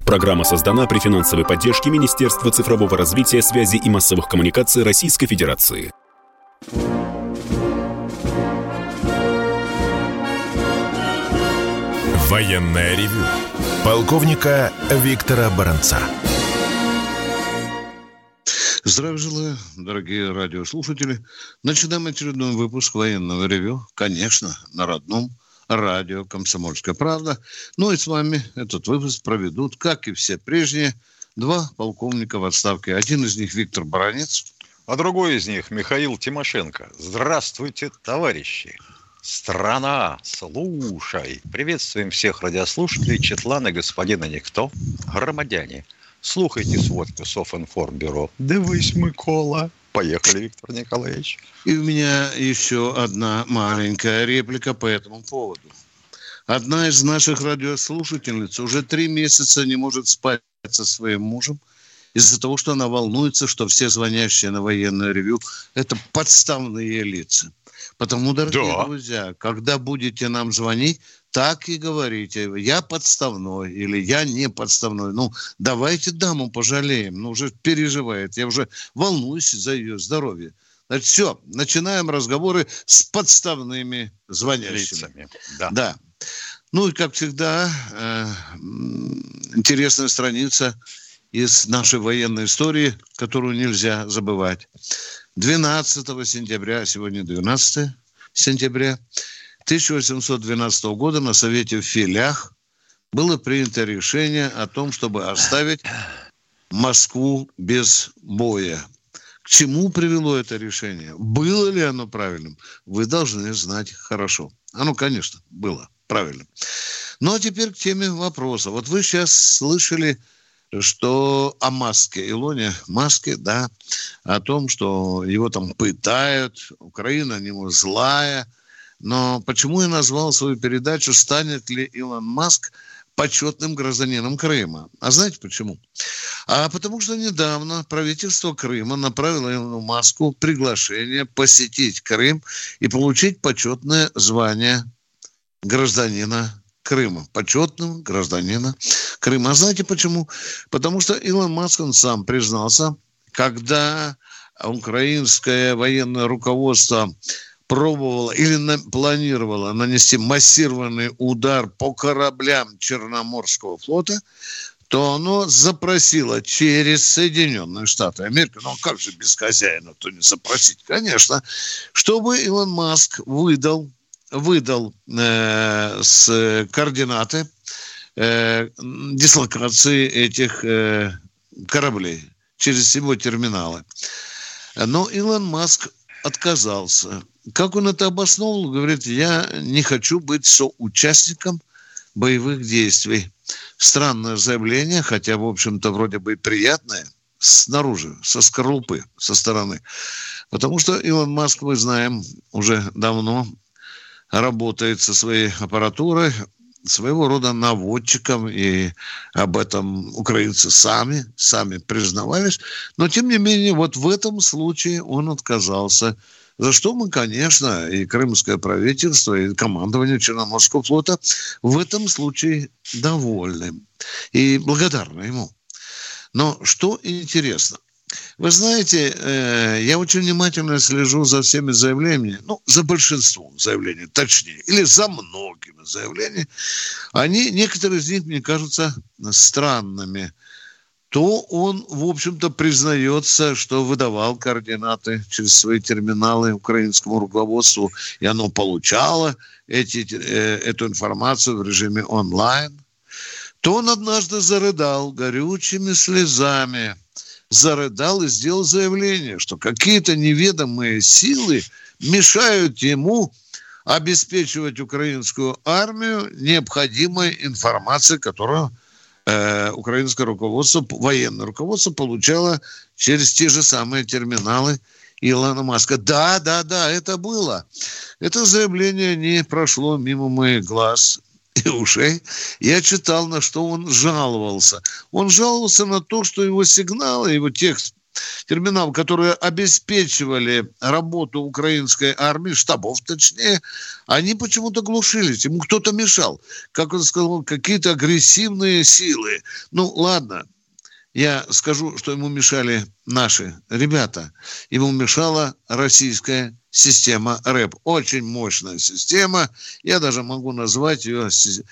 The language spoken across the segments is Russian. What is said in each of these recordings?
Программа создана при финансовой поддержке Министерства цифрового развития, связи и массовых коммуникаций Российской Федерации. Военное ревю полковника Виктора Баранца. Здравия желаю, дорогие радиослушатели. Начинаем очередной выпуск военного ревю, конечно, на родном радио «Комсомольская правда». Ну и с вами этот выпуск проведут, как и все прежние, два полковника в отставке. Один из них Виктор Баранец. А другой из них Михаил Тимошенко. Здравствуйте, товарищи. Страна, слушай. Приветствуем всех радиослушателей, Четлана, господина Никто, громадяне. Слухайте сводку Софинформбюро. Дивись, Микола. Поехали, Виктор Николаевич. И у меня еще одна маленькая реплика по этому поводу. Одна из наших радиослушательниц уже 3 месяца не может спать со своим мужем из-за того, что она волнуется, что все звонящие на военное ревью – это подставные лица. Потому, дорогие друзья, когда будете нам звонить, так и говорите: я подставной или я не подставной. Ну, давайте даму пожалеем. Ну, уже переживает. Я уже волнуюсь за ее здоровье. Значит, все, начинаем разговоры с подставными звонящими. Да. Ну, и, как всегда, интересная страница из нашей военной истории, которую нельзя забывать. 12 сентября, сегодня 12 сентября 1812 года на Совете в Филях было принято решение о том, чтобы оставить Москву без боя. К чему привело это решение? Было ли оно правильным? Вы должны знать хорошо. Оно, конечно, было правильным. Ну, а теперь к теме вопроса. Вот вы сейчас слышали, что о Маске, Илоне Маске, да, о том, что его там пытают, Украина не злая. Но почему я назвал свою передачу «Станет ли Илон Маск почетным гражданином Крыма?» А знаете почему? А потому что недавно правительство Крыма направило Илону Маску приглашение посетить Крым и получить почетное звание гражданина Крыма. Почетным гражданина Крыма. А знаете почему? Потому что Илон Маск, он сам признался, когда украинское военное руководство пробовала или планировала нанести массированный удар по кораблям Черноморского флота, то оно запросило через Соединенные Штаты Америки, ну как же без хозяина-то не запросить, конечно, чтобы Илон Маск выдал с координаты дислокации этих кораблей через его терминалы. Но Илон Маск отказался. Как он это обосновал? Говорит, я не хочу быть соучастником боевых действий. Странное заявление, хотя, в общем-то, вроде бы и приятное, снаружи, со скорлупы, со стороны. Потому что Илон Маск, мы знаем, уже давно работает со своей аппаратурой, своего рода наводчиком, и об этом украинцы сами признавались. Но, тем не менее, вот в этом случае он отказался. За что мы, конечно, и крымское правительство, и командование Черноморского флота в этом случае довольны и благодарны ему. Но что интересно. Вы знаете, я очень внимательно слежу за всеми заявлениями, за большинством заявлений, точнее, или за многими заявлениями. Некоторые из них, мне кажутся странными. То он, в общем-то, признается, что выдавал координаты через свои терминалы украинскому руководству, и оно получало эту информацию в режиме онлайн. То он однажды зарыдал горючими слезами, зарыдал и сделал заявление, что какие-то неведомые силы мешают ему обеспечивать украинскую армию необходимой информацией, которую украинское руководство, военное руководство получало через те же самые терминалы Илона Маска. Да, это было. Это заявление не прошло мимо моих глаз и ушей. Я читал, на что он жаловался. Он жаловался на то, что его сигналы, его текст терминалы, которые обеспечивали работу украинской армии, штабов точнее, они почему-то глушились. Ему кто-то мешал. Как он сказал, какие-то агрессивные силы. Ну, ладно. Я скажу, что ему мешали наши ребята. Ему мешала российская система РЭП. Очень мощная система. Я даже могу назвать ее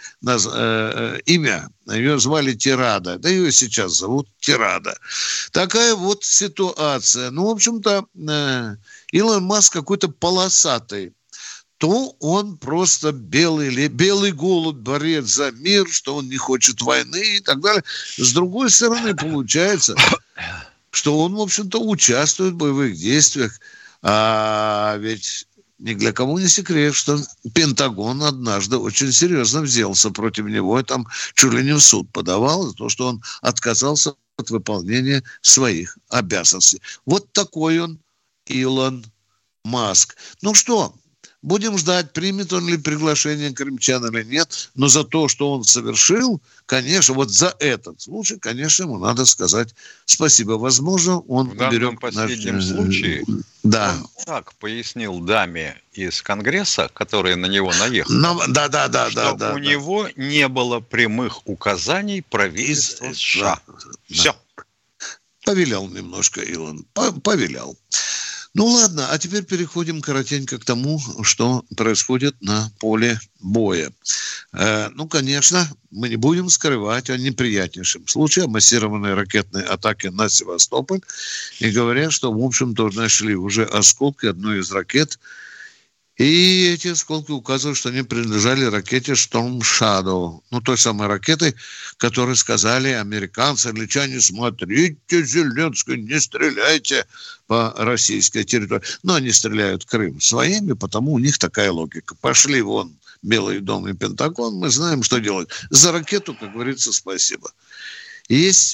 имя. Ее звали Тирада. Да ее сейчас зовут Тирада. Такая вот ситуация. Ну, в общем-то, Илон Маск какой-то полосатый. То он просто белый голубь, борец за мир, что он не хочет войны и так далее. С другой стороны, получается, что он, в общем-то, участвует в боевых действиях. А ведь ни для кого не секрет, что Пентагон однажды очень серьезно взялся против него и там чуть ли не в суд подавал за то, что он отказался от выполнения своих обязанностей. Вот такой он Илон Маск. Ну что, будем ждать, примет он ли приглашение крымчан или нет. Но за то, что он совершил, конечно, вот за этот случай, конечно, ему надо сказать спасибо. Возможно, он в данном последнем случае да. Он так пояснил даме из Конгресса, которая на него наехала, что у него не было прямых указаний правительства США. Все. Повелял немножко Илон. Повелял. Ну ладно, а теперь переходим коротенько к тому, что происходит на поле боя. Ну, конечно, мы не будем скрывать о неприятнейшем случае, массированной ракетной атаки на Севастополь. И говорят, что, в общем-то, нашли уже осколки одной из ракет. И эти осколки указывают, что они принадлежали ракете Storm Shadow. Ну, той самой ракетой, которой сказали американцы, англичане, смотрите, Зеленский, не стреляйте по российской территории. Но они стреляют в Крым своими, потому у них такая логика. Пошли вон Белый дом и Пентагон, мы знаем, что делать. За ракету, как говорится, спасибо. Есть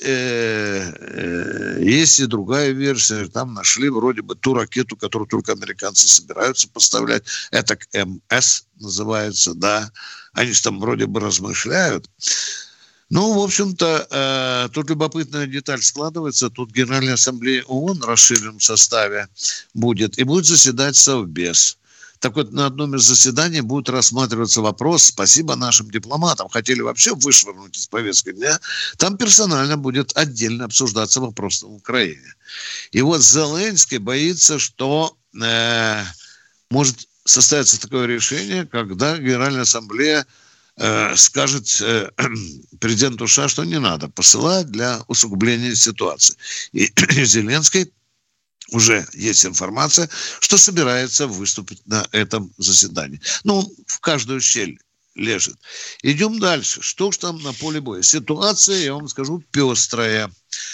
и другая версия. Там нашли вроде бы ту ракету, которую только американцы собираются поставлять. Это МС называется, да. Они же там вроде бы размышляют. Ну, в общем-то, тут любопытная деталь складывается. Тут Генеральная ассамблея ООН в расширенном составе будет. И будет заседать Совбез. Так вот, на одном из заседаний будет рассматриваться вопрос, спасибо нашим дипломатам, хотели вообще вышвырнуть из повестки дня, там персонально будет отдельно обсуждаться вопрос в Украине. И вот Зеленский боится, что может состояться такое решение, когда Генеральная ассамблея скажет президенту США, что не надо посылать для усугубления ситуации. И Зеленский уже есть информация, что собирается выступить на этом заседании. Ну, в каждую щель лежит. Идем дальше. Что ж там на поле боя? Ситуация, я вам скажу, пестрая.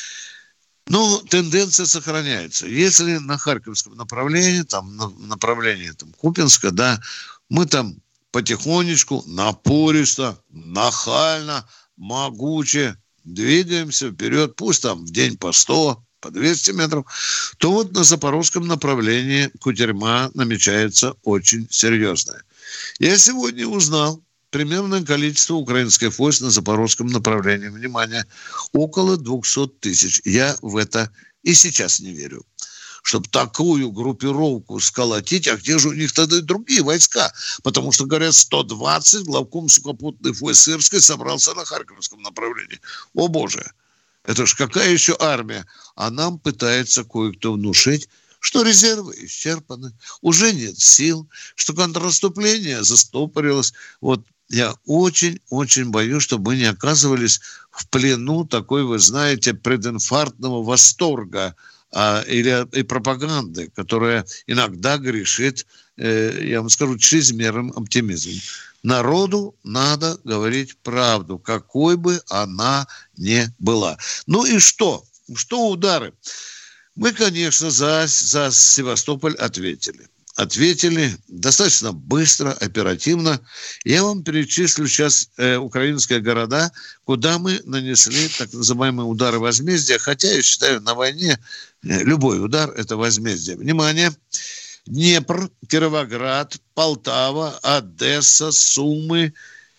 Ну, тенденция сохраняется. Если на Харьковском направлении, там, на направлении там, Купинска, да, мы там потихонечку, напористо, нахально, могуче двигаемся вперед, пусть там в день по 100, по 200 метров, то вот на запорожском направлении кутерьма намечается очень серьезная. Я сегодня узнал примерное количество украинских войск на запорожском направлении. Внимание, около 200 тысяч. Я в это и сейчас не верю. Чтобы такую группировку сколотить, а где же у них тогда другие войска? Потому что, говорят, 120 главком сухопутных войск Сырской собрался на Харьковском направлении. О, Боже! Это ж какая еще армия? А нам пытается кое-кто внушить, что резервы исчерпаны, уже нет сил, что контрнаступление застопорилось. Вот я очень-очень боюсь, чтобы мы не оказывались в плену такой, вы знаете, прединфарктного восторга и пропаганды, которая иногда грешит, я вам скажу, чрезмерным оптимизмом. Народу надо говорить правду, какой бы она ни была. Ну и что? Что удары? Мы, конечно, за Севастополь ответили. Ответили достаточно быстро, оперативно. Я вам перечислю сейчас украинские города, куда мы нанесли так называемые удары возмездия. Хотя, я считаю, на войне любой удар – это возмездие. Внимание! Днепр, Кировоград, Полтава, Одесса, Сумы,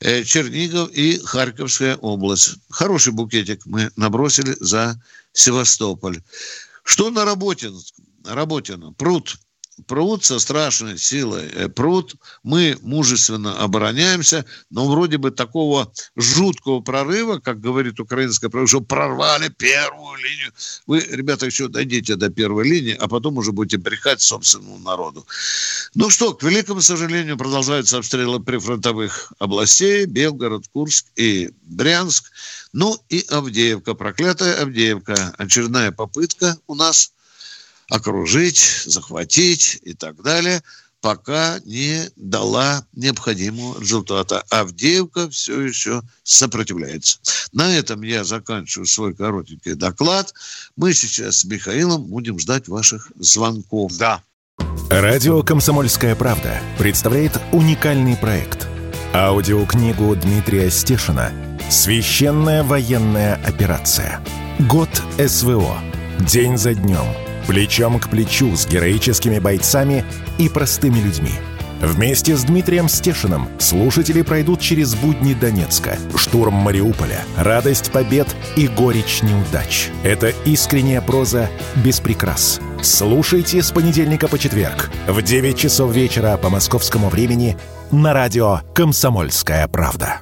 Чернигов и Харьковская область. Хороший букетик мы набросили за Севастополь. Что на Работино? Пруд со страшной силой. Пруд. Мы мужественно обороняемся, но вроде бы такого жуткого прорыва, как говорит украинское правительство, что прорвали первую линию. Вы, ребята, еще дойдите до первой линии, а потом уже будете брехать собственному народу. Ну что, к великому сожалению, продолжаются обстрелы прифронтовых областей: Белгород, Курск и Брянск. Ну и Авдеевка, проклятая Авдеевка. Очередная попытка у нас окружить, захватить и так далее, пока не дала необходимого результата. Авдеевка все еще сопротивляется. На этом я заканчиваю свой коротенький доклад. Мы сейчас с Михаилом будем ждать ваших звонков. Да. Радио «Комсомольская правда» представляет уникальный проект. Аудиокнигу Дмитрия Стешина «Священная военная операция. Год СВО. День за днем. Плечом к плечу с героическими бойцами и простыми людьми». Вместе с Дмитрием Стешиным слушатели пройдут через будни Донецка, штурм Мариуполя, радость побед и горечь неудач. Это искренняя проза без прикрас. Слушайте с понедельника по четверг в 9 часов вечера по московскому времени на радио «Комсомольская правда».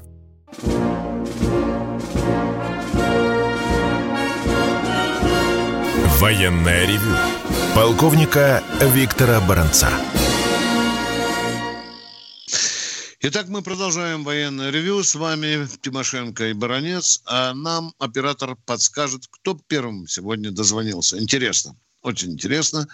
Военное ревю полковника Виктора Баранца. Итак, мы продолжаем военное ревю. С вами Тимошенко и Баранец. А нам оператор подскажет, кто первым сегодня дозвонился. Интересно, очень интересно.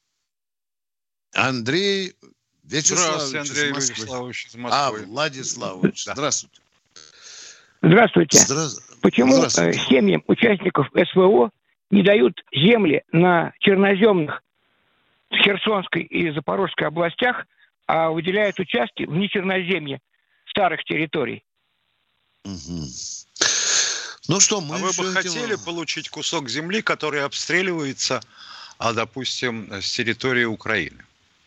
Андрей Вячеславович. Здравствуйте, Андрей Вячеславович из Москвы. Владиславович. Да. Здравствуйте. Здравствуйте. Почему семьям участников СВО не дают земли на черноземных Херсонской и Запорожской областях, а выделяют участки в нечерноземье старых территорий? Угу. Ну что, мы... А вы бы хотели получить кусок земли, который обстреливается, допустим, с территории Украины?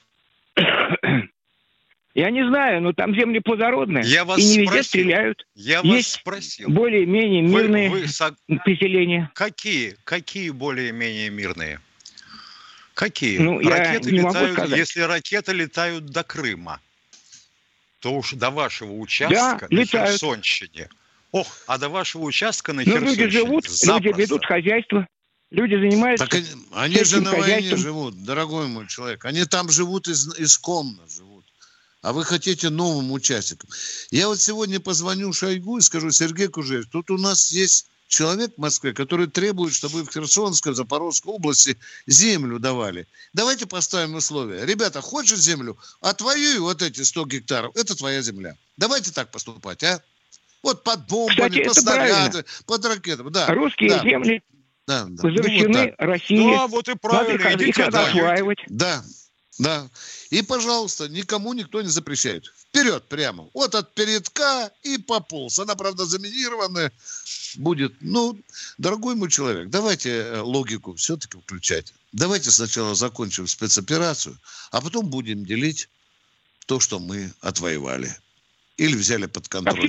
Я не знаю, но там земли плодородные. И не везде стреляют. Я вас спросил. Более-менее мирные поселения. Какие более-менее мирные? Какие? Ну, ракеты летают, если ракеты летают до Крыма, то уж до вашего участка на Херсонщине. А до вашего участка на Херсонщине. Люди живут, люди ведут хозяйство. Люди занимаются. Так они же на войне живут, дорогой мой человек. Они там живут исконно живут. А вы хотите новым участникам. Я вот сегодня позвоню Шойгу и скажу: Сергей Кужевич, тут у нас есть человек в Москве, который требует, чтобы в Херсонской, Запорожской области землю давали. Давайте поставим условия. Ребята, хочешь землю? Отвоюй вот эти 100 гектаров. Это твоя земля. Давайте так поступать, а? Вот под бомбами, под снарядами, под ракетами. Да, русские земли возвращены России. Да, вот и правильно. Их надо осваивать. Да. И, пожалуйста, никому никто не запрещает. Вперед прямо. Вот от передка и пополз. Она, правда, заминированная будет. Ну, дорогой мой человек, давайте логику все-таки включать. Давайте сначала закончим спецоперацию, а потом будем делить то, что мы отвоевали. Или взяли под контроль.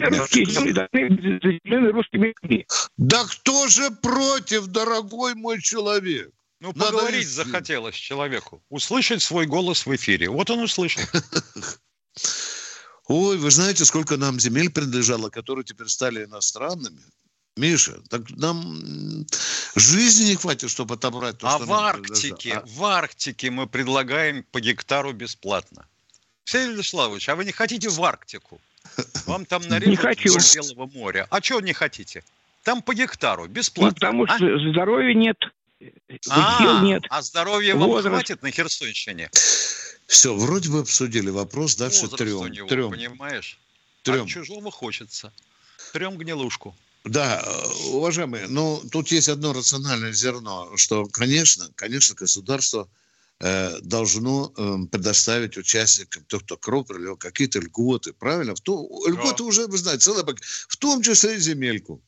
Да кто же против, дорогой мой человек? Ну, поговорить захотелось человеку. Услышать свой голос в эфире. Вот он услышал. Ой, вы знаете, сколько нам земель принадлежало, которые теперь стали иностранными? Миша, так нам жизни не хватит, чтобы отобрать то, что нам принадлежало. В Арктике мы предлагаем по гектару бесплатно. Сергей Вячеславович, а вы не хотите в Арктику? Вам там нарежут вдоль Белого моря. А чего не хотите? Там по гектару, бесплатно. Потому что здоровья нет. Сил нет. А здоровья вам хватит на Херсонщине? Все, вроде бы обсудили вопрос, дальше трем. Понимаешь? От чужого хочется. Трем гнилушку. Да, уважаемые, но тут есть одно рациональное зерно, что, конечно, государство должно предоставить участникам, кто кровь пролил, какие-то льготы, правильно? Льготы уже, вы знаете, в том числе и земельку.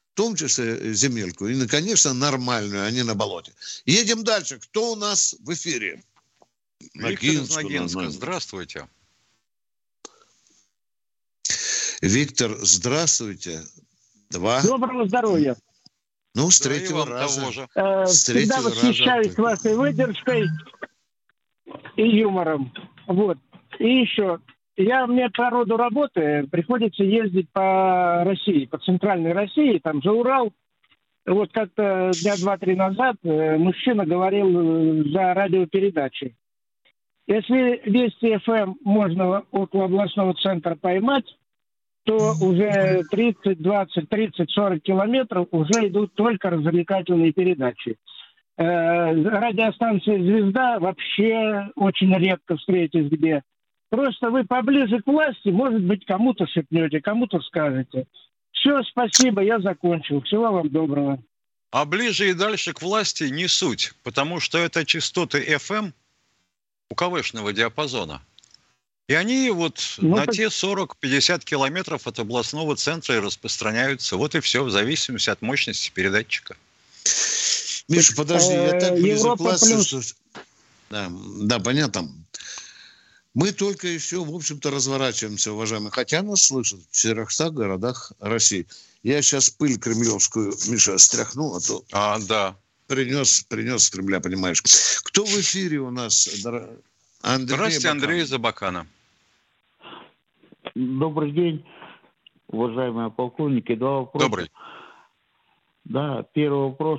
И, конечно, нормальную, а не на болоте. Едем дальше. Кто у нас в эфире? Виктор из Ногинска. Здравствуйте. Виктор, здравствуйте. 2. Доброго здоровья. Ну, с третьего раза. Всегда восхищаюсь вашей выдержкой и юмором. Вот. И еще. Мне по роду работы приходится ездить по России, по центральной России, там за Урал. Вот как-то дня 2-3 назад мужчина говорил за радиопередачи. Если Вести ФМ можно около областного центра поймать, то уже 30, 20, 30, 40 километров уже идут только развлекательные передачи. Радиостанция «Звезда» вообще очень редко встретишь где. Просто вы поближе к власти, может быть, кому-то шепнете, кому-то скажете. Все, спасибо, я закончил. Всего вам доброго. А ближе и дальше к власти не суть, потому что это частоты FM УКВшного диапазона. И они на те 40-50 километров от областного центра и распространяются. Вот и все, в зависимости от мощности передатчика. Миша, подожди, я так ближе к власти... Да, понятно. Мы только еще, в общем-то, разворачиваемся, уважаемые. Хотя нас слышат в 400 городах России. Я сейчас пыль кремлевскую, Миша, стряхнул, а то принес с Кремля, понимаешь. Кто в эфире у нас? Здравствуйте, Андрей из Абакана. Добрый день, уважаемые полковники. 2 вопроса. Добрый. Да, первый вопрос,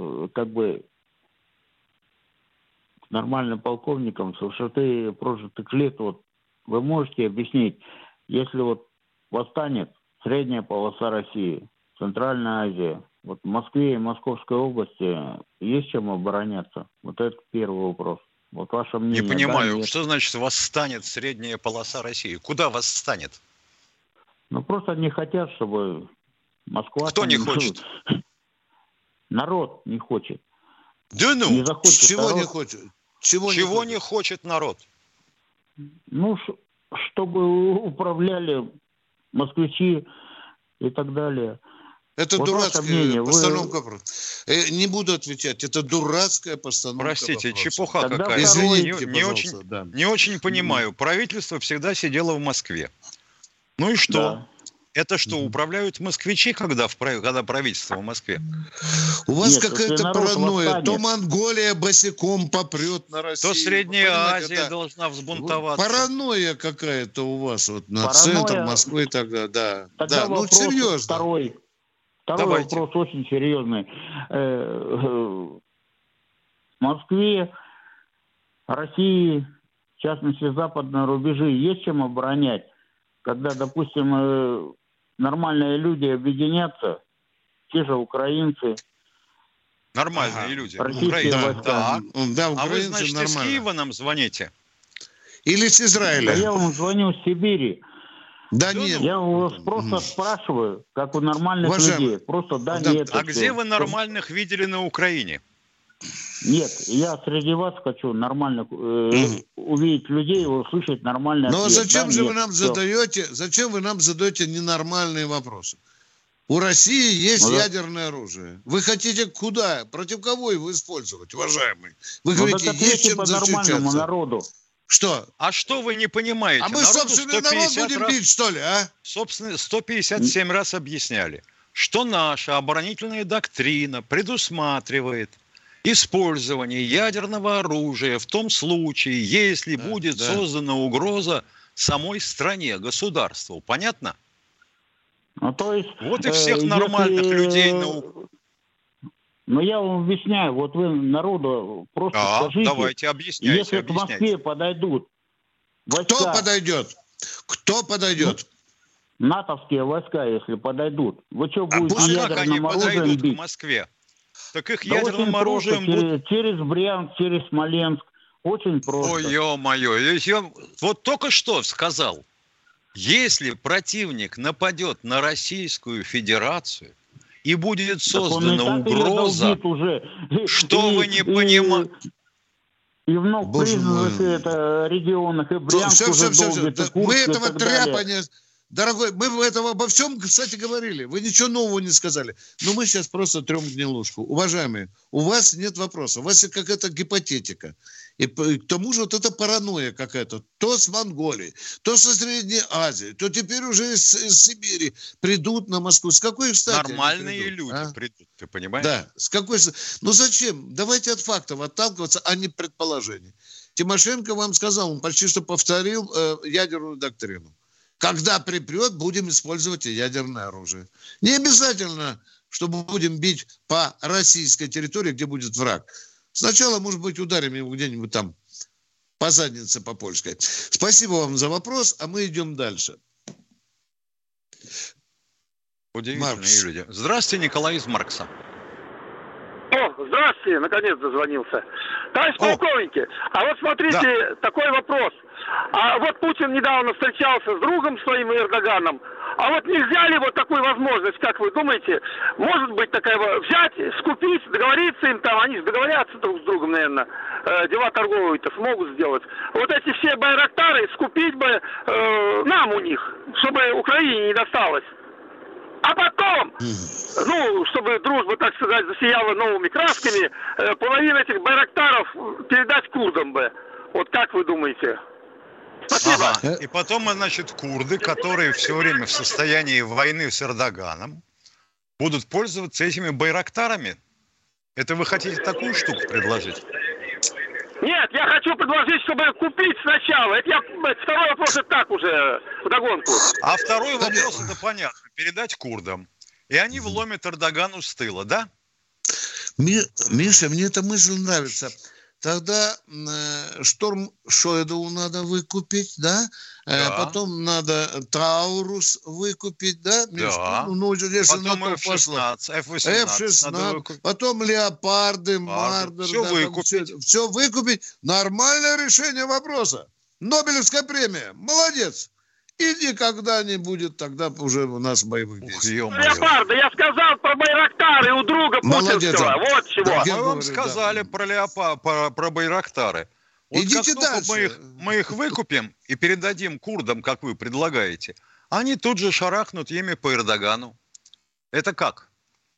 нормальным полковникам с высоты прожитых лет, вы можете объяснить, если восстанет средняя полоса России, Центральная Азия, в Москве и Московской области есть чем обороняться? Это первый вопрос. Ваше мнение. Не понимаю, что значит восстанет средняя полоса России? Куда восстанет? Просто не хотят, чтобы Москва... Кто не хочет? Народ не хочет. Да ну! Не захочет. Чего не хочет? Чего не хочет народ? Чтобы управляли москвичи и так далее. Это дурацкая постановка вопроса. Не буду отвечать. Это дурацкая постановка Простите, вопроса. Чепуха какая-то. Извините, не очень понимаю. Правительство всегда сидело в Москве. Ну и что? Да. Это что, управляют москвичи, когда правительство в Москве? У вас какая-то паранойя. То Монголия босиком попрет на Россию. То Средняя Азия должна взбунтоваться. Паранойя какая-то у вас на центр Москвы и так далее. Да. Серьезно. Второй вопрос очень серьезный. В Москве, России, в частности, западные рубежи, есть чем оборонять? Когда, допустим, нормальные люди объединятся, те же украинцы. Нормальные люди. Украинцы. Да, а вы, значит, нормально. Из Киева нам звоните? Или с Израиля? Да я вам звоню с Сибири. Да нет. Я вас просто спрашиваю, как у нормальных людей. Просто нет. А где вы нормальных видели на Украине? Нет, я среди вас хочу нормально увидеть людей, услышать нормальные ответы. Но зачем же вы нам задаете ненормальные вопросы? У России есть ядерное оружие. Вы хотите куда? Против кого его использовать, уважаемый? Вы говорите, есть чем защищаться. Народу. Что? А что вы не понимаете? А мы собственный народ будем бить, что ли, а? Собственно, 157 раз объясняли, что наша оборонительная доктрина предусматривает использование ядерного оружия в том случае, если будет создана угроза самой стране, государству. Понятно? То есть, вот и всех нормальных людей я вам объясняю, вы народу просто скажите. Давайте, объясняйте. Если к Москве подойдут войска... Кто подойдет? натовские войска, если подойдут. Вы что, будете как они подойдут к Москве? Так их ядерным оружием будут... Через Брянск, через Смоленск. Очень просто. Ой, ё-моё. Я вот только что сказал. Если противник нападет на Российскую Федерацию и будет создана угроза, что вы не понимаете? И в новопризнанных регионах, и Брянск уже долбит, и Курск, мы этого тряпа не... Дорогой, мы обо всем, кстати, говорили. Вы ничего нового не сказали. Но мы сейчас просто трем гнилушку. Уважаемые, у вас нет вопроса. У вас какая-то гипотетика. И к тому же вот эта паранойя какая-то. То с Монголией, то со Средней Азии, то теперь уже из Сибири придут на Москву. С какой стати? Нормальные люди придут, ты понимаешь? Да. С какой... Ну зачем? Давайте от фактов отталкиваться, а не предположений. Тимошенко вам сказал, он почти что повторил ядерную доктрину. Когда припрет, будем использовать и ядерное оружие. Не обязательно, чтобы будем бить по российской территории, где будет враг. Сначала, может быть, ударим его где-нибудь там по заднице, по польской. Спасибо вам за вопрос, а мы идем дальше. Удивительные люди. Здравствуйте, Николай из Маркса. Здравствуйте, наконец дозвонился. Товарищ полковники, а вот смотрите, такой вопрос. А вот Путин недавно встречался с другом своим Эрдоганом. А вот нельзя ли вот такую возможность, как вы думаете, может быть такая, взять, скупить, договориться им там, они же договорятся друг с другом, наверное, дела торговые-то смогут сделать. Вот эти все байрактары скупить бы нам у них, чтобы Украине не досталось. А потом, чтобы дружба, так сказать, засияла новыми красками, половину этих байрактаров передать курдам бы. Вот как вы думаете? Спасибо. Ага. И потом, значит, курды, которые все время в состоянии войны с Эрдоганом, будут пользоваться этими байрактарами? Это вы хотите такую штуку предложить? Нет, я хочу предложить, чтобы купить сначала. Второй вопрос это так уже, вдогонку. А второй вопрос, это понятно, передать курдам. И они вломят Эрдогану с тыла, да? Миша, мне эта мысль нравится. Тогда Шторм Шойдову надо выкупить, да? Потом надо Таурус выкупить, да? Да. Потом F-16, потом Леопарды, Мардер. Все выкупить. Все выкупить. Нормальное решение вопроса. Нобелевская премия. Молодец. И никогда не будет тогда уже у нас боевых действий. Леопарды, я сказал про байрактары у друга путинского. Вот чего. Мы вам сказали про байрактары. Вот идите как дальше. Мы их выкупим и передадим курдам, как вы предлагаете, они тут же шарахнут ими по Эрдогану. Это как?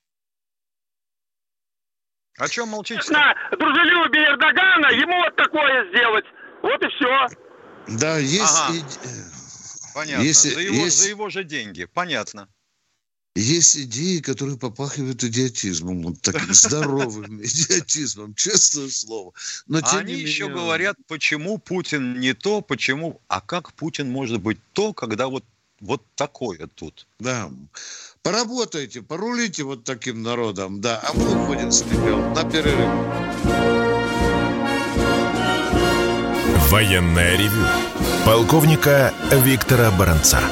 О чем молчите? На дружелюбие Эрдогана ему вот такое сделать. Вот и все. Да, есть... Понятно. За его же деньги. Понятно. Есть идеи, которые попахивают идиотизмом. Вот таким здоровым идиотизмом. Честное слово. Но они еще говорят, почему Путин не то, почему... А как Путин может быть то, когда вот такое тут? Да. Поработайте, порулите вот таким народом. Да. А мы уходим с Михаилом на перерыв. Военное ревю полковника Виктора Баранца.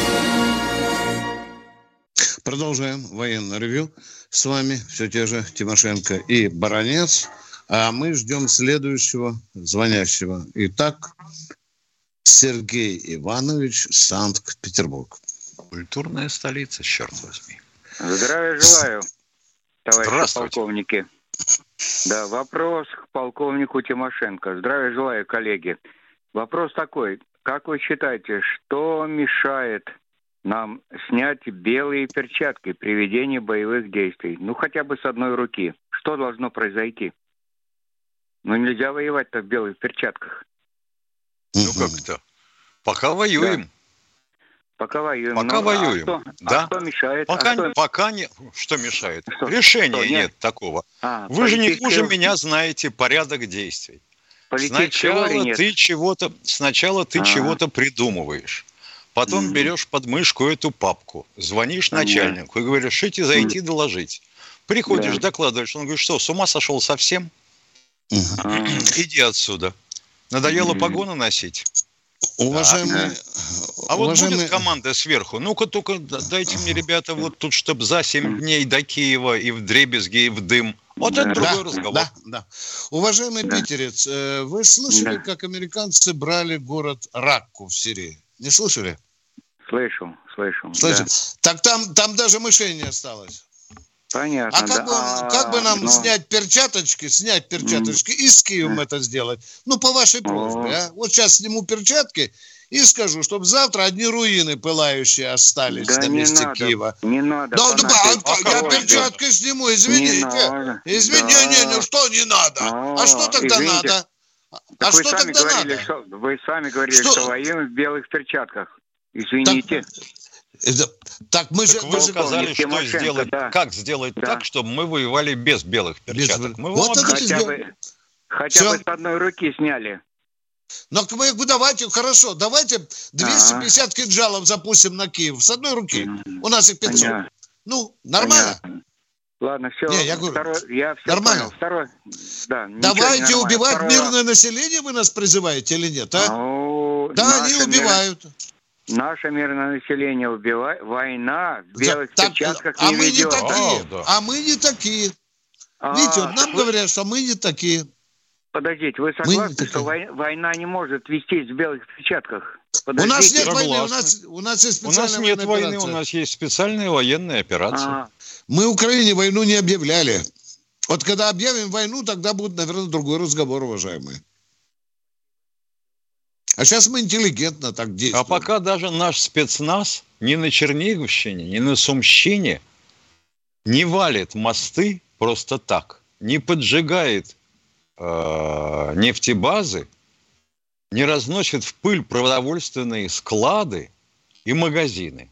Продолжаем военное ревю. С вами все те же Тимошенко и Баранец. А мы ждем следующего звонящего. Итак, Сергей Иванович, Санкт-Петербург. Культурная столица, черт возьми. Здравия желаю, товарищи полковники. Да, вопрос к полковнику Тимошенко. Здравия желаю, коллеги. Вопрос такой. Как вы считаете, что мешает нам снять белые перчатки при ведении боевых действий? Ну, хотя бы с одной руки. Что должно произойти? Ну, нельзя воевать-то в белых перчатках. Ну, как-то. Пока воюем. Да. Пока воюем. Воюем. А что мешает? Пока не... Что мешает? Решения нет такого. Вы же не хуже меня знаете порядок действий. Сначала ты чего-то придумываешь. Потом берешь под мышку эту папку, звонишь начальнику и говоришь, решите зайти доложить. Приходишь, докладываешь. Он говорит, что, с ума сошел совсем? Иди отсюда. Надоело погоны носить? Уважаемые... вот будет команда сверху. Ну-ка, только дайте мне, ребята, вот тут, чтобы за 7 дней до Киева и вдребезги, и в дым. Вот это другой разговор. Да. Уважаемый питерец, вы слышали, как американцы брали город Ракку в Сирии? Не слышали? Слышал. Да. Так там даже мышей не осталось. Понятно. А как бы нам снять перчаточки и с Киевом это сделать? Ну, по вашей просьбе. Вот сейчас сниму перчатки и скажу, чтобы завтра одни руины пылающие остались на месте Киева. Не надо. Я перчатки сниму, извините. Извините, что не надо? А что тогда надо? Так вы сами говорили, что воюем в белых перчатках. Извините. Так мы же сказали, что сделать, как сделать так, чтобы мы воевали без белых перчаток. Хотя бы с одной руки сняли. Но давайте 250 кинжалов запустим на Киев с одной руки. У нас их 500. Понятно. Ну, нормально? Понятно. Ладно, все. Я все нормально. Понял. Давайте убивать мирное население, вы нас призываете или нет, а? Да, они убивают. Наше мирное население убивает. Война в белых перчатках не ведет. А мы не такие. Видите, нам говорят, что мы не такие. Подождите, вы согласны, что война не может вестись в белых перчатках? У нас нет войны, у нас есть специальная войны, у нас есть специальная военная операция. Мы Украине войну не объявляли. Вот когда объявим войну, тогда будет, наверное, другой разговор, уважаемые. А сейчас мы интеллигентно так действуем. А пока даже наш спецназ ни на Черниговщине, ни на Сумщине не валит мосты просто так, не поджигает нефтебазы, не разносит в пыль продовольственные склады и магазины.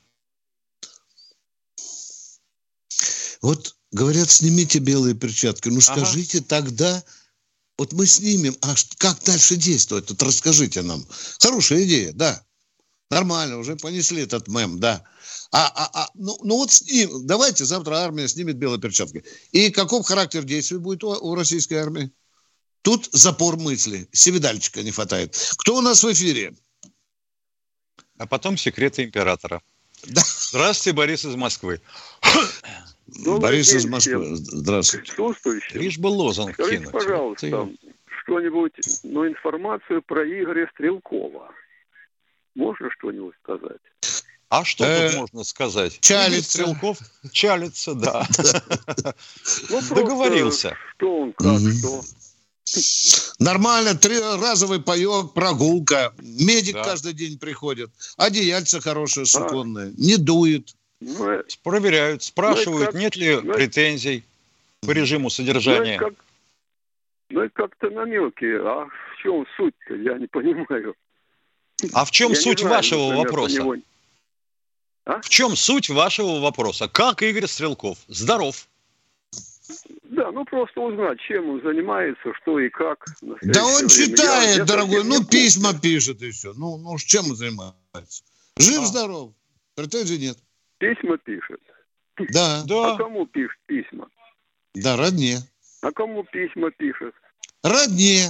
Вот говорят, снимите белые перчатки. Ну скажите тогда, вот мы снимем, а как дальше действовать? Вот расскажите нам. Хорошая идея, да. Нормально, уже понесли этот мем, да. Ну вот давайте завтра армия снимет белые перчатки. И каков характер действий будет у российской армии? Тут запор мысли. Севидальчика не хватает. Кто у нас в эфире? А потом секреты императора. Да. Здравствуйте, Борис из Москвы. Борис из Москвы. Здравствуйте. Лишь бы лозунг скажите, кинуть. Пожалуйста, что-нибудь, информацию про Игоря Стрелкова. Можно что-нибудь сказать? А что тут можно сказать? Чалится. Стрелков чалится, да. Договорился. Что он, как, что? Нормально, 3-разовый паёк, прогулка. Медик каждый день приходит. Одеяльце хорошее, суконное. Не дует. Проверяют, спрашивают, нет ли претензий по режиму содержания. И как-то намеки. А в чем суть-то? Я не понимаю. А в чем суть вашего вопроса? В чем суть вашего вопроса? Как Игорь Стрелков? Здоров. Да, просто узнать, чем он занимается, что и как. Да он читает, дорогой, письма пишет и все. Ну, чем он занимается? Жив-здоров. Претензий нет. Письма пишет? Да. А кому пишет письма? Да, родне. А кому письма пишет? Родне.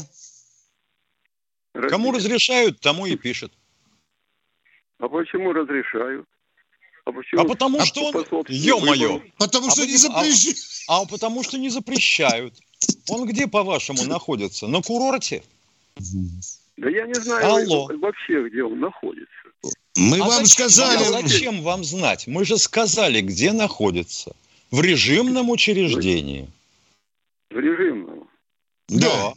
Кому разрешают, тому и пишет. А почему разрешают? Потому что он, ё-моё. Потому что не запрещают. Потому что не запрещают. Он где, по-вашему, находится? На курорте? Да я не знаю вообще, где он находится. Мы вам сказали. Зачем вам знать? Мы же сказали, где находится. В режимном учреждении. В режимном? Да.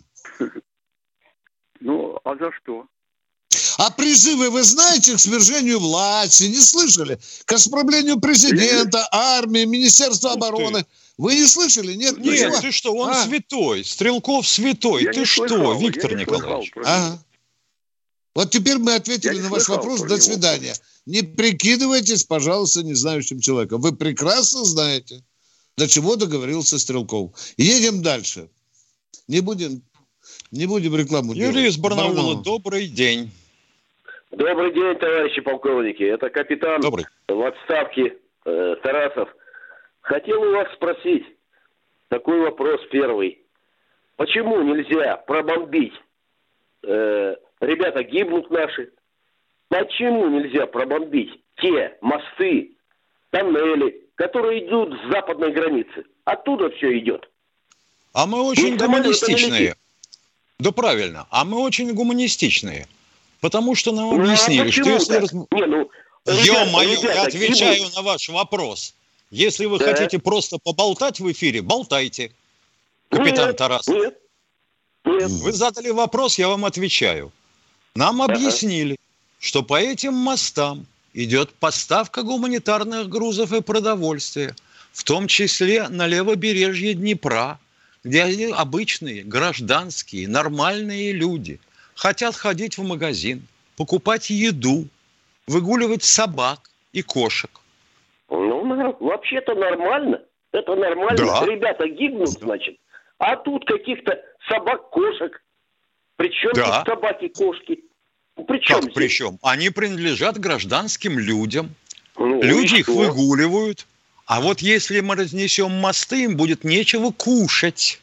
А за что? А призывы, вы знаете, к свержению власти, не слышали? К исправлению президента, армии, Министерства обороны. Вы не слышали? Нет, нет, ты что, он святой. Стрелков святой. Ты что, Виктор Николаевич? Вот теперь мы ответили на ваш вопрос. До свидания. Не прикидывайтесь, пожалуйста, незнающим человеком. Вы прекрасно знаете, до чего договорился Стрелков. Едем дальше. Не будем рекламу делать. Юрий из Барнаула, добрый день. Добрый день, товарищи полковники. Это капитан в отставке Тарасов. Хотел у вас спросить такой вопрос первый. Почему нельзя пробомбить? Ребята гибнут наши. Почему нельзя пробомбить те мосты, тоннели, которые идут с западной границы? Оттуда все идет. А мы очень гуманистичные. Да правильно. А мы очень гуманистичные. Потому что нам объяснили, что если... Ё-моё, я отвечаю на ваш вопрос. Если вы хотите просто поболтать в эфире, болтайте, капитан Тарасов. Нет. Вы задали вопрос, я вам отвечаю. Нам объяснили, что по этим мостам идет поставка гуманитарных грузов и продовольствия, в том числе на левобережье Днепра, где они обычные, гражданские, нормальные люди хотят ходить в магазин, покупать еду, выгуливать собак и кошек. Ну, вообще-то нормально. Это нормально. Да. Ребята гибнут, значит. А тут каких-то собак-кошек. Причем здесь собаки-кошки? Как здесь? Причем? Они принадлежат гражданским людям. Люди их выгуливают. А вот если мы разнесем мосты, им будет нечего кушать.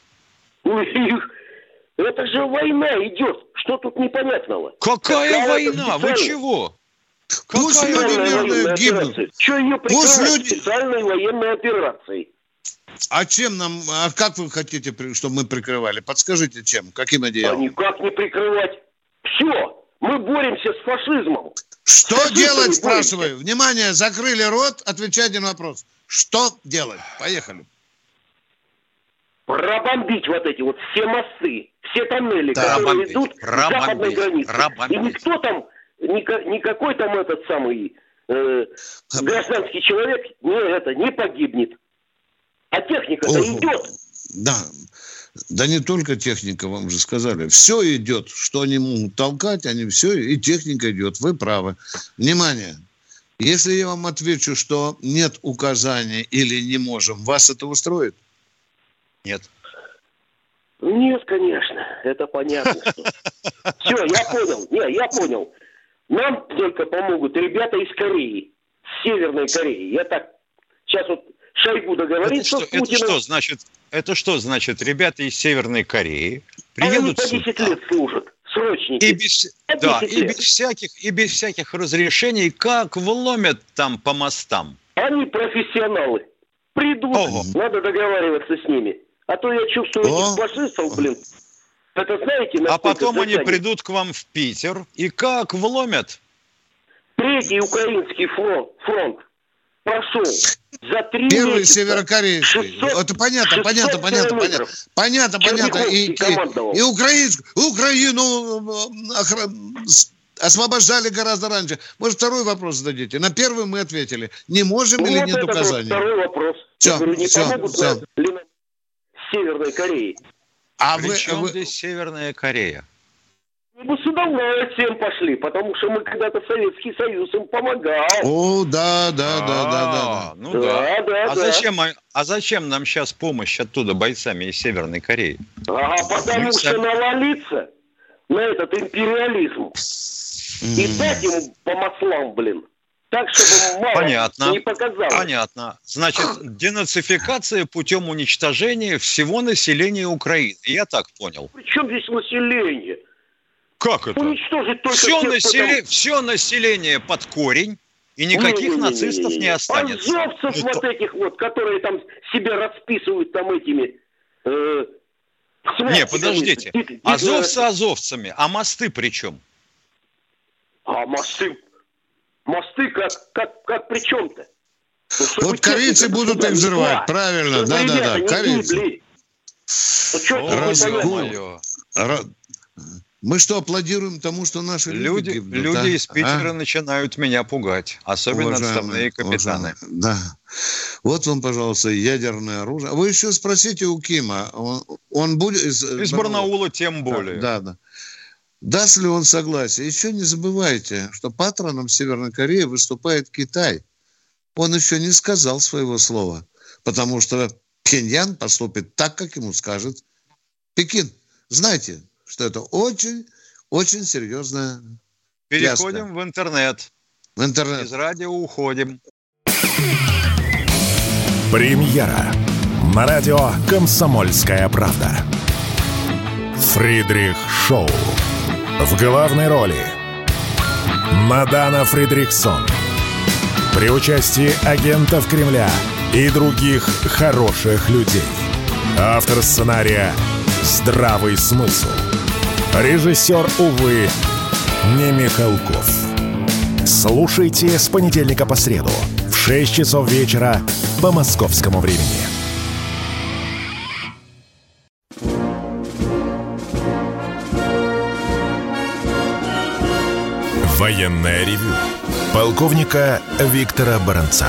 Это же война идет. Что тут непонятного? Какая война? Вы чего? Пусть люди мирные гибнут. Что ее прикрывать специальной военной операцией? А чем нам, а как вы хотите, чтобы мы прикрывали? Подскажите, чем? Каким одеялом? А никак не прикрывать. Все, мы боремся с фашизмом. Что делать, спрашиваю? Внимание, закрыли рот, отвечайте на вопрос. Что делать? Поехали. Пробомбить вот эти вот все мосты, все тоннели, которые идут к западной границе. И никто там, никакой там этот самый гражданский человек не погибнет. А техника-то идет. Да не только техника, вам же сказали. Все идет, что они могут толкать, они все, и техника идет. Вы правы. Внимание. Если я вам отвечу, что нет указания или не можем, вас это устроит? Нет. Нет, конечно. Это понятно. Все, я понял. Нам только помогут ребята из Кореи, с Северной Кореи. Я так сейчас вот Шойгу договорится с Путиным. Это что значит? Ребята из Северной Кореи приедут сюда. Они по 10 лет служат, срочники. И без всяких разрешений, как вломят там по мостам. Они профессионалы. Придут, надо договариваться с ними. А то я чувствую этих фашистов, это знаете... А потом они придут к вам в Питер, и как вломят? Третий украинский фронт прошел за 3 месяца. Первый северокорейский. Это понятно. И Украину освобождали гораздо раньше. Может, второй вопрос зададите? На первый мы ответили. Не можем или нет указаний? Второй вопрос. Все. Северной Кореи. При чем здесь Северная Корея? Мы с удовольствием пошли, потому что мы когда-то Советский Союз им помогал. О, да. А зачем нам сейчас помощь оттуда бойцами из Северной Кореи? Потому что навалиться на этот империализм и дать ему по маслам, так, чтобы мало не показалось. Понятно. Значит, денацификация путем уничтожения всего населения Украины. Я так понял. При чем здесь население? Как это? Уничтожить только все население под корень, и никаких нацистов не останется. Азовцев вот этих вот, которые там себя расписывают там этими... Не, подождите. Азовцы азовцами, а мосты при чем? А мосты как при чем-то? Вот корейцы будут их взрывать, правильно, да, корейцы. Мы что, аплодируем тому, что наши люди гибнут? Люди из Питера начинают меня пугать, особенно отставные капитаны. Да. Вот вам, пожалуйста, ядерное оружие. Вы еще спросите у Кима, он будет... Из Барнаула тем более. Да. Даст ли он согласие? Еще не забывайте, что патроном Северной Кореи выступает Китай. Он еще не сказал своего слова, потому что Пхеньян поступит так, как ему скажет Пекин. Знайте, что это очень, очень серьезная Переходим в интернет. Из радио уходим. Премьера на радио «Комсомольская правда». Фридрих Шоу. В главной роли Мадана Фридрихсон. При участии агентов Кремля и других хороших людей. Автор сценария «Здравый смысл». Режиссер, увы, не Михалков. Слушайте с понедельника по среду в 6 часов вечера по московскому времени. Военное ревю полковника Виктора Баранца.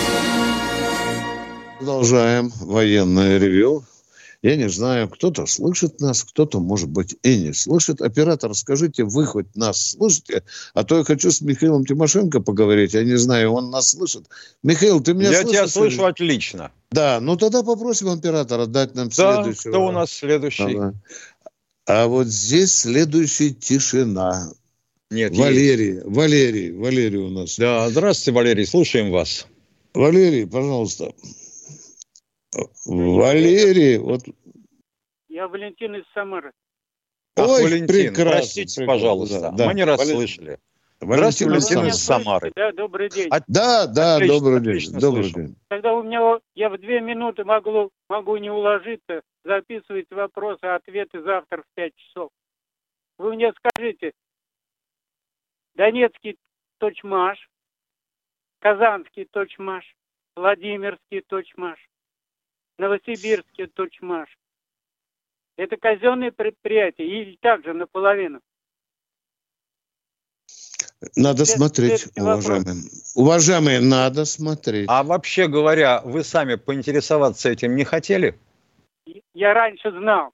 Продолжаем военное ревю. Я не знаю, кто-то слышит нас, кто-то, может быть, и не слышит. Оператор, скажите, вы хоть нас слышите? А то я хочу с Михаилом Тимошенко поговорить. Я не знаю, он нас слышит. Михаил, ты меня слышишь? Я тебя слышу отлично. Да, ну тогда попросим оператора дать нам следующего. Кто у нас следующий? Ага. А вот здесь следующий тишина. Нет, Валерий у нас. Да, здравствуйте, Валерий, слушаем вас. Валерий, пожалуйста. Валерий, вот. Я Валентин из Самары. Ой, Валентин, прекрасно, простите, пожалуйста, да. мы не расслышали. Здравствуйте, Валентин из Самары. Да, добрый день. Да, отлично, добрый день. отлично Добрый день. Тогда я в 2 минуты могу не уложиться, записывать вопросы, ответы завтра в 5 часов. Вы мне скажите, Донецкий точмаш, Казанский точмаш, Владимирский точмаш, Новосибирский точмаш. Это казенные предприятия или также наполовину? Надо смотреть, уважаемые, надо смотреть. А вообще говоря, вы сами поинтересоваться этим не хотели? Я раньше знал.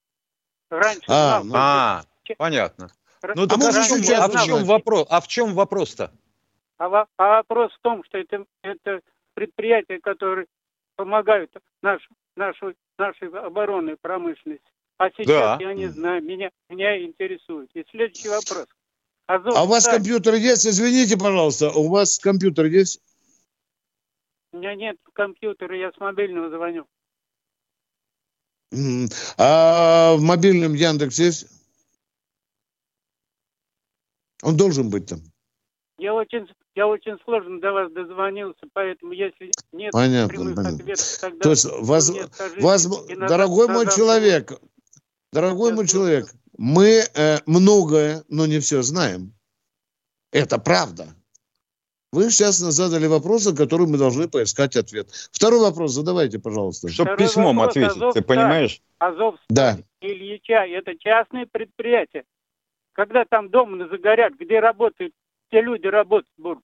Понятно. Ну, так в чем вопрос-то? А вопрос в том, что это предприятия, которые помогают нашей оборонной промышленности. А сейчас я не знаю, меня интересует. И следующий вопрос. А у вас компьютер есть? Извините, пожалуйста, у вас компьютер есть? У меня нет компьютера, я с мобильного звоню. А в мобильном Яндекс есть? Он должен быть там. Я очень сложно до вас дозвонился, поэтому если нет прямых ответов, тогда... То есть, дорогой мой человек, мы многое, но не все знаем. Это правда. Вы сейчас нас задали вопросы, на которые мы должны поискать ответ. Второй вопрос задавайте, пожалуйста. Чтобы письмом ответить, ты понимаешь? Азовсталь, Ильича, это частные предприятия. Когда там дома загорят, где люди работать будут.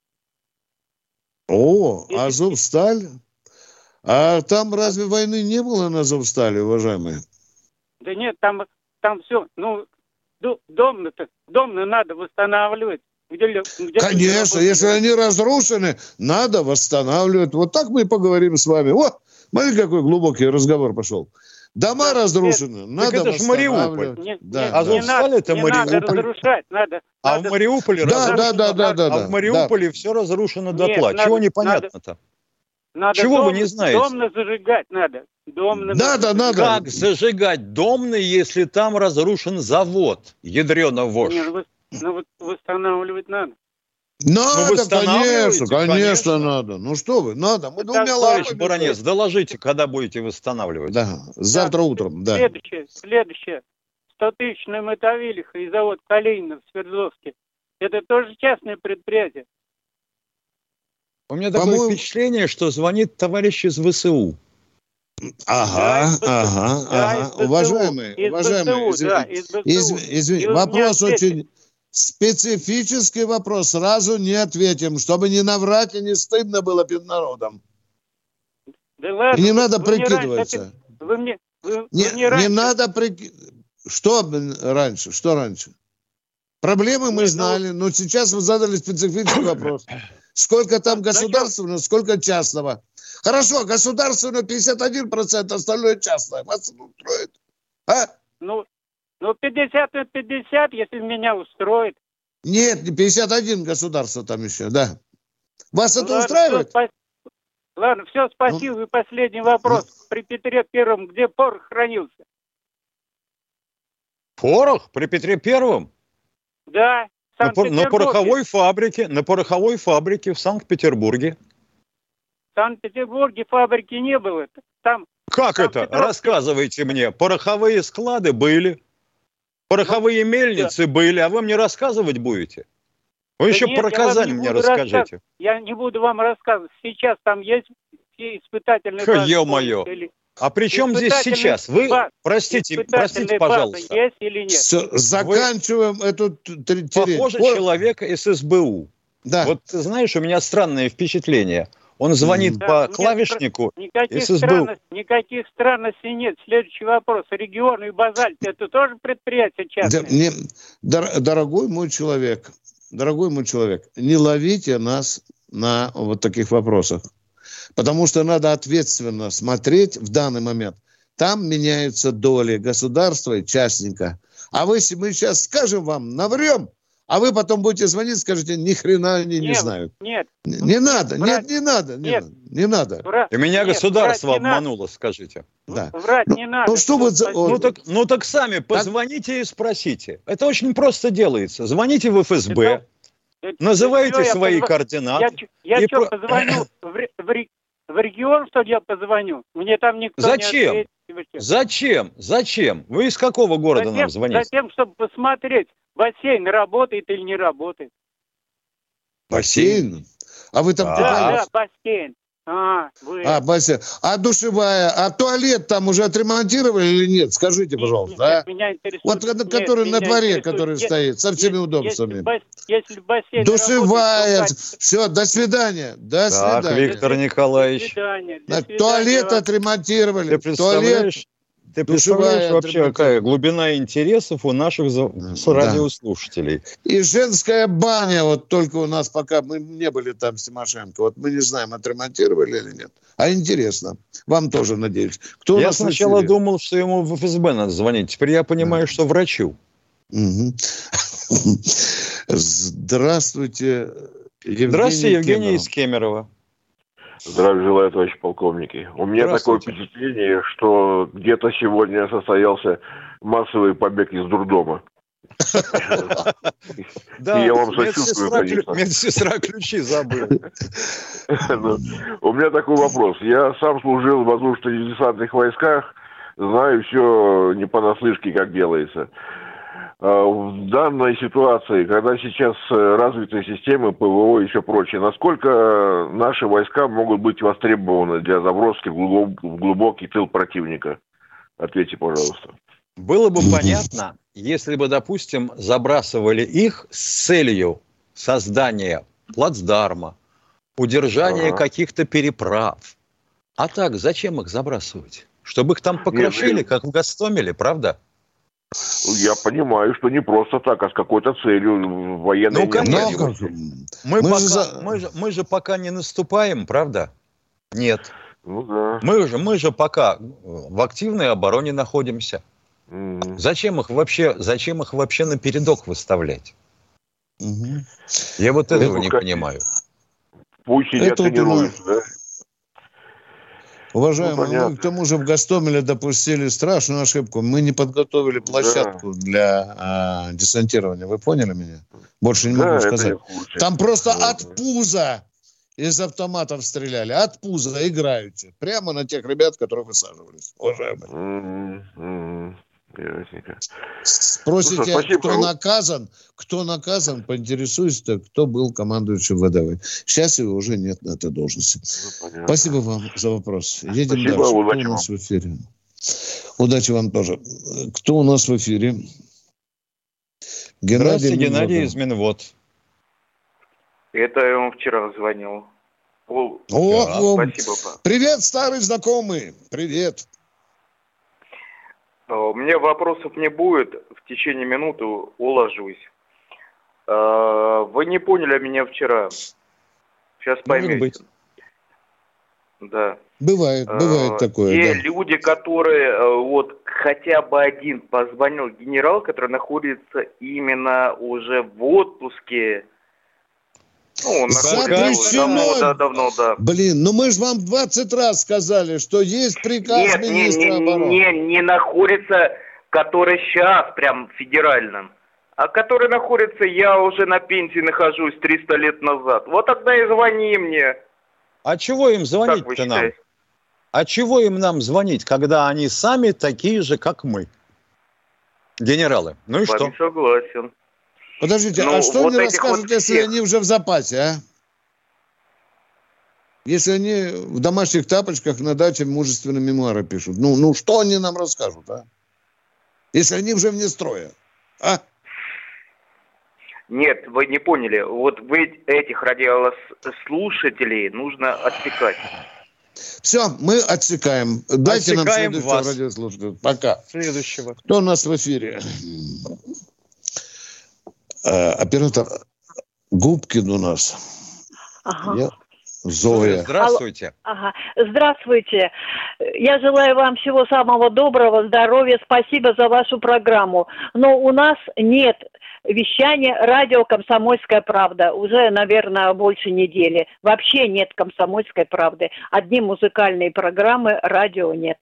Азовсталь? А там разве войны не было на Азовстале, уважаемые? Да нет, там все. Дом надо восстанавливать. Конечно, если они разрушены, надо восстанавливать. Вот так мы и поговорим с вами. Смотри, какой глубокий разговор пошел. Дома разрушены, надо восстанавливать. Азовсталь это Мариуполь. Надо разрушать, надо. А в Мариуполе А в Мариуполе все разрушено дотла. Чего непонятно-то? Чего вы не знаете? Домно зажигать надо. Надо. Как зажигать домно, если там разрушен завод? Ядрёна вошь. Восстанавливать надо. Надо, конечно, надо. Ну что вы, надо. Мы товарищ Баранец, доложите, когда будете восстанавливать. Да, завтра утром, да. Следующее. 100-тысячная Мотовилиха и завод Калинина в Свердловске. Это тоже частное предприятие. У меня такое впечатление, что звонит товарищ из ВСУ. Ага. Уважаемые, извините, вопрос очень... Специфический вопрос, сразу не ответим, чтобы не наврать и не стыдно было перед народом. Да ладно, и не надо прикидываться. Не надо прикидываться. Что раньше? Проблемы мы знали, но сейчас вы задали специфический вопрос. Сколько там государственного, сколько частного? Хорошо, государственного 51%, остальное частное. Вас устроит? Ну, 50 на 50, если меня устроит. Нет, 51 государство там еще, да. Вас это устраивает? Ладно, все, спасибо. И последний вопрос. При Петре Первом где порох хранился? Порох? При Петре Первом? Да, в Санкт-Петербурге. На пороховой фабрике в Санкт-Петербурге. В Санкт-Петербурге фабрики не было. Как это? Рассказывайте мне. Пороховые склады были. Пороховые мельницы были, а вы мне рассказывать будете? Вы еще про Казань мне расскажите. Я не буду вам рассказывать. Сейчас там есть испытательные базы. Ё-моё. А при чем здесь сейчас? Вы, простите, пожалуйста. Есть или нет? Все, заканчиваем эту терень. Похоже, человек из СБУ. Да. Вот ты знаешь, у меня странное впечатление. Он звонит по клавишнику из СБУ. Никаких странностей нет. Следующий вопрос. Регион и Базальт — это тоже предприятия частные? Дорогой мой человек, не ловите нас на вот таких вопросах. Потому что надо ответственно смотреть в данный момент. Там меняются доли государства и частника. А мы сейчас скажем вам, наврем, а вы потом будете звонить и скажете, ни хрена они не знают. Нет. Не надо. И меня государство обмануло, скажите. Да. Врать не надо. Ну так сами позвоните и спросите. Это очень просто делается. Звоните в ФСБ, называйте свои координаты. Я позвоню в регион, что я позвоню? Мне там никто не ответит. Зачем? Вы из какого города нам звоните? Затем, чтобы посмотреть, бассейн работает или не работает. Бассейн? А вы там... Да, бассейн. бассейн. А душевая, а туалет там уже отремонтировали или нет? Скажите, пожалуйста. Меня интересует... Вот который на дворе, который стоит, со всеми удобствами. Если бассейн душевая. Все, до свидания. До свидания. Так, Виктор Николаевич. Туалет отремонтировали. Ты представляешь вообще, какая глубина интересов у наших радиослушателей. И женская баня, вот только у нас пока мы не были там с Тимошенко, вот мы не знаем, отремонтировали или нет. А интересно. Вам тоже, надеюсь. Я сначала думал, что ему в ФСБ надо звонить. Теперь я понимаю, что врачу. Здравствуйте, Евгений. Здравствуйте, Евгений из Кемерово. Здравия желаю, товарищи полковники. У меня такое впечатление, что где-то сегодня состоялся массовый побег из дурдома. Да, я вам сочувствую, конечно. Медсестра ключи забыла. У меня такой вопрос. Я сам служил в воздушно-десантных войсках, знаю все не понаслышке, как делается. В данной ситуации, когда сейчас развиты системы ПВО и все прочее, насколько наши войска могут быть востребованы для заброски в глубокий тыл противника? Ответьте, пожалуйста. Было бы понятно, если бы, допустим, забрасывали их с целью создания плацдарма, удержания каких-то переправ. А так, зачем их забрасывать? Чтобы их там покрошили, как в Гостомеле, правда? Я понимаю, что не просто так, а с какой-то целью военной. Ну, конечно. Мы же пока не наступаем, правда? Нет. Ну да. Мы же пока в активной обороне находимся. Зачем их вообще на передок выставлять? Я вот этого не понимаю. Пусть сидят тренируются, да? Уважаемые, мы к тому же в Гостомеле допустили страшную ошибку. Мы не подготовили площадку для десантирования. Вы поняли меня? Больше не могу сказать. Там просто от пуза из автоматов стреляли. От пуза играете. Прямо на тех ребят, которых высаживались. Уважаемые. Спросите, кто наказан, поинтересуюсь, кто был командующим ВДВ. Сейчас его уже нет на этой должности. Спасибо вам за вопрос. Едем дальше. Кто у нас в эфире? Удачи вам тоже. Кто у нас в эфире? Геннадий из Минвод. Это я вам вчера звонил. Спасибо. Привет, старый знакомый. Привет. У меня вопросов не будет. В течение минуты уложусь. Вы не поняли меня вчера. Сейчас поймете. Да. Бывает такое. Те люди, которые вот хотя бы один позвонил генерал, который находится именно уже в отпуске. Он находится давно. Блин, мы же вам 20 раз сказали, что есть приказ министра обороны. Не находится, который сейчас прям федеральным. А который находится, я уже на пенсии нахожусь 300 лет назад. Вот тогда и звони мне. А чего им звонить-то нам? А чего им нам звонить, когда они сами такие же, как мы? Генералы. Ну и что? С вами согласен. Подождите, а что вот они расскажут, если они уже в запасе, а? если они в домашних тапочках на даче мужественные мемуары пишут? Ну что они нам расскажут, а? Если они уже вне строя, а? Нет, вы не поняли. Вот вы этих радиослушателей нужно отсекать. Все, мы отсекаем. Дайте отсекаем нам следующего радиослушателя. Пока. Следующего. Кто у нас в эфире? Оператор Губкин у нас. Ага. Зоя. Здравствуйте. Ага. Здравствуйте. Я желаю вам всего самого доброго, здоровья. Спасибо за вашу программу. Но у нас нет вещания радио «Комсомольская правда». Уже, наверное, больше недели. Вообще нет «Комсомольской правды». Одни музыкальные программы, радио нет.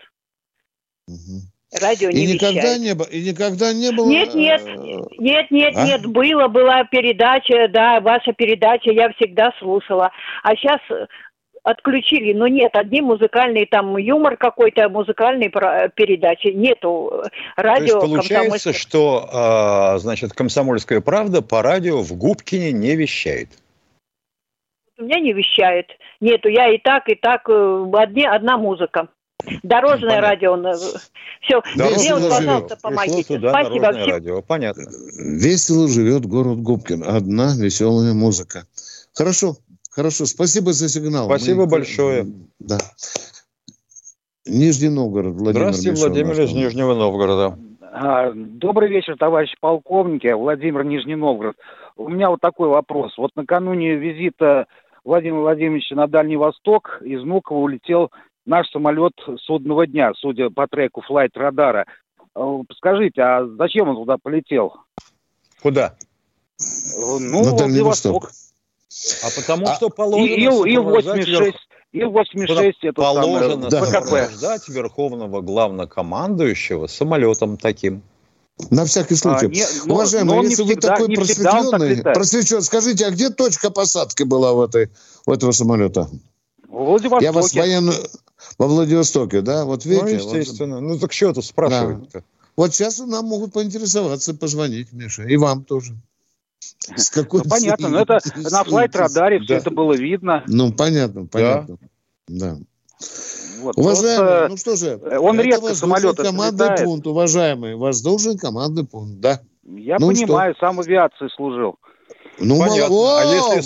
Радио не вещает. И никогда не было... Нет, была передача, да, ваша передача, я всегда слушала. А сейчас отключили, но нет, одни музыкальные, там юмор какой-то, музыкальные передачи, нету радио. То есть получается, что, значит, «Комсомольская правда» по радио в Губкине не вещает? У меня не вещает, нету, я и так, одна музыка. Дорожное радио. Все, сделать, пожалуйста, помогите. Спасибо. Радио. Понятно. Весело живет город Губкин. Одна веселая музыка. Хорошо. Спасибо за сигнал. Спасибо большое. Да. Нижний Новгород. Владимир. Здравствуйте, Владимир из Нижнего Новгорода. Добрый вечер, товарищи полковники. Владимир, Нижний Новгород. У меня вот такой вопрос. Вот накануне визита Владимира Владимировича на Дальний Восток из Внуково улетел наш самолет судного дня, судя по треку флайт-радара. Скажите, а зачем он туда полетел? Куда? На Дальний Восток. А потому что положено Ил-86 это положено сопровождать верховного главнокомандующего самолетом таким. На всякий случай. Уважаемый, если вы такой просвещенный, скажите, а где точка посадки была у этого самолета? Я вас во Владивостоке, да? Вот видите? Естественно. Ну так что тут спрашивать-то? Да. Вот сейчас нам могут поинтересоваться, позвонить, Миша. И вам тоже. Понятно, но это на флайт-радаре все это было видно. Понятно. Да. Вот. Уважаемый, что же, он редко самолеты командный пункт, уважаемый, воздушный командный пункт, да. Я понимаю, сам в авиации служил. Понятно. А если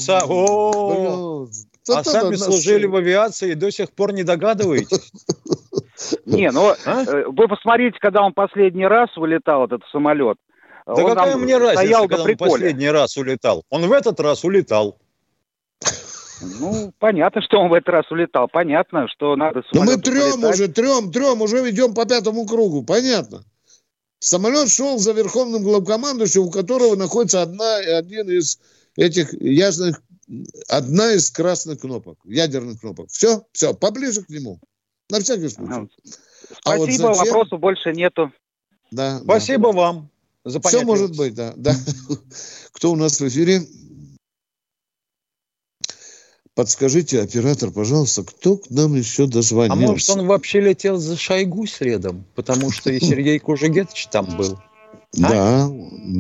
сами служили в авиации и до сих пор не догадываетесь? Вы посмотрите, когда он последний раз вылетал, этот самолет. Да какая мне разница, когда он последний раз улетал? Он в этот раз улетал. Понятно, что он в этот раз улетал. Понятно, что надо самолет трем уже идем по 5-му кругу. Понятно. Самолет шел за верховным главкомандующим, у которого находится одна из красных кнопок, ядерных кнопок. Все, поближе к нему. На всякий случай. Спасибо, вопросов больше нету. Да. Спасибо вам за понятливость. Все может быть, да. Кто у нас в эфире? Подскажите, оператор, пожалуйста, кто к нам еще дозвонился? А может, он вообще летел за Шойгу следом? Потому что и Сергей Кужегетович там был. Да.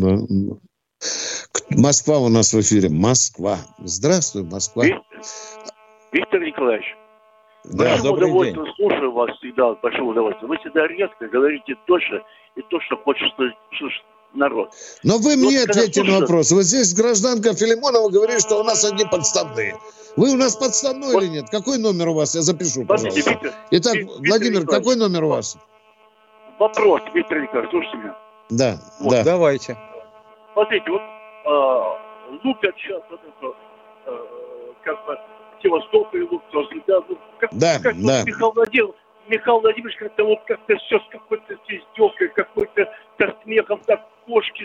Москва у нас в эфире. Москва. Здравствуй, Москва. Виктор Николаевич. Да, добрый день. Слушаю вас всегда, большое удовольствие. Вы всегда резко говорите точно и то, что хочет слушать народ. Но вы мне ответьте на вопрос. Вот здесь гражданка Филимонова говорит, что у нас одни подставные. Вы у нас подставной или нет? Какой номер у вас? Я запишу, пожалуйста. Итак, Владимир, какой номер у вас? Вопрос, Виктор Николаевич, слушайте меня. Да. Давайте. Смотрите, лупят сейчас Севастополь лупят, Михаил Владимирович как-то все с какой-то издевкой, какой-то со смехом, так кошки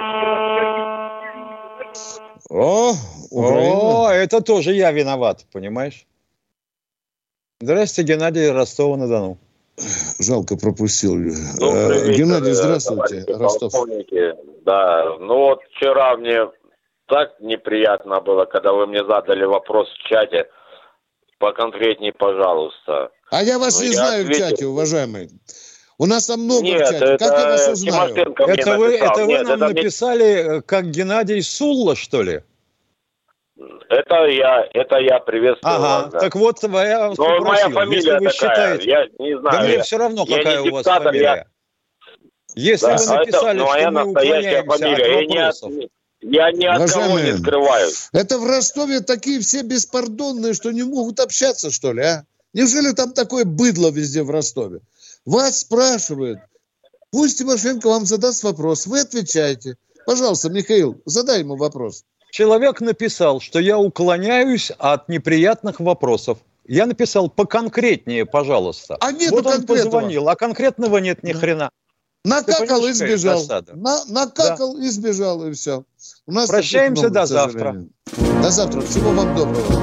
это тоже я виноват, понимаешь? Здравствуйте, Геннадий, Ростова-на-Дону. Жалко, пропустил. Геннадий, здравствуйте. Ростов. Да, вчера мне так неприятно было, когда вы мне задали вопрос в чате. Поконкретней, пожалуйста. А я вас не знаю в чате, уважаемый. У нас там много в чате. Как я вас узнаю? Это вы нам написали, как Геннадий Сулла, что ли? Это я приветствую вас. Да. Так вот, моя фамилия если вы такая, считаете... я не знаю. Да мне все равно, какая у вас фамилия. Если вы написали, что мы уклоняемся от вопросов... Я ни от кого не скрываюсь. Это в Ростове такие все беспардонные, что не могут общаться, что ли, а? Неужели там такое быдло везде в Ростове? Вас спрашивают. Пусть Тимошенко вам задаст вопрос, вы отвечаете. Пожалуйста, Михаил, задай ему вопрос. Человек написал, что я уклоняюсь от неприятных вопросов. Я написал поконкретнее, пожалуйста. А нет вот конкретного. Он позвонил, а конкретного нет ни хрена. Накакал и сбежал. Накакал и сбежал, и все. У нас прощаемся до завтра. До завтра. Всего вам доброго.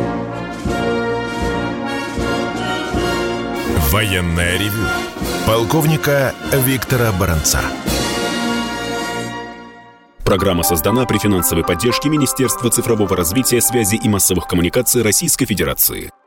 Военное ревю полковника Виктора Баранца. Программа создана при финансовой поддержке Министерства цифрового развития, связи и массовых коммуникаций Российской Федерации.